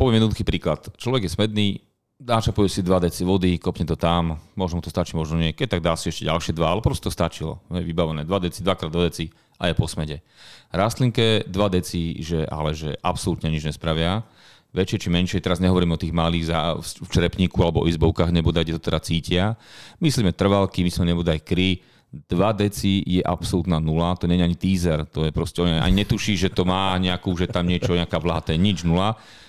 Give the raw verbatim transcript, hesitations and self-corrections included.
poviem jednoduchý príklad. Človek je smedný, načapuje si dva deci vody, kopne to tam, možno mu to stačí, možno nie. Keď tak dá si ešte ďalšie dva, ale proste to stačilo. Je vybavené. dva deci, dvakrát dva deci a je po smede. Rastlinke dva deci, že, ale že absolútne nič nespravia. Väčšie či menšie, teraz nehovorím o tých malých za, v črepníku alebo o izbovkách, nebodaj, kde to teda cítia. Myslíme trvalky, myslíme nebodaj kry. dva deci je absolútna nula, to nie je ani teaser, to je proste, ani netuší, že to má nejakú, že tam niečo, nejaká vláha, to je nič, nula.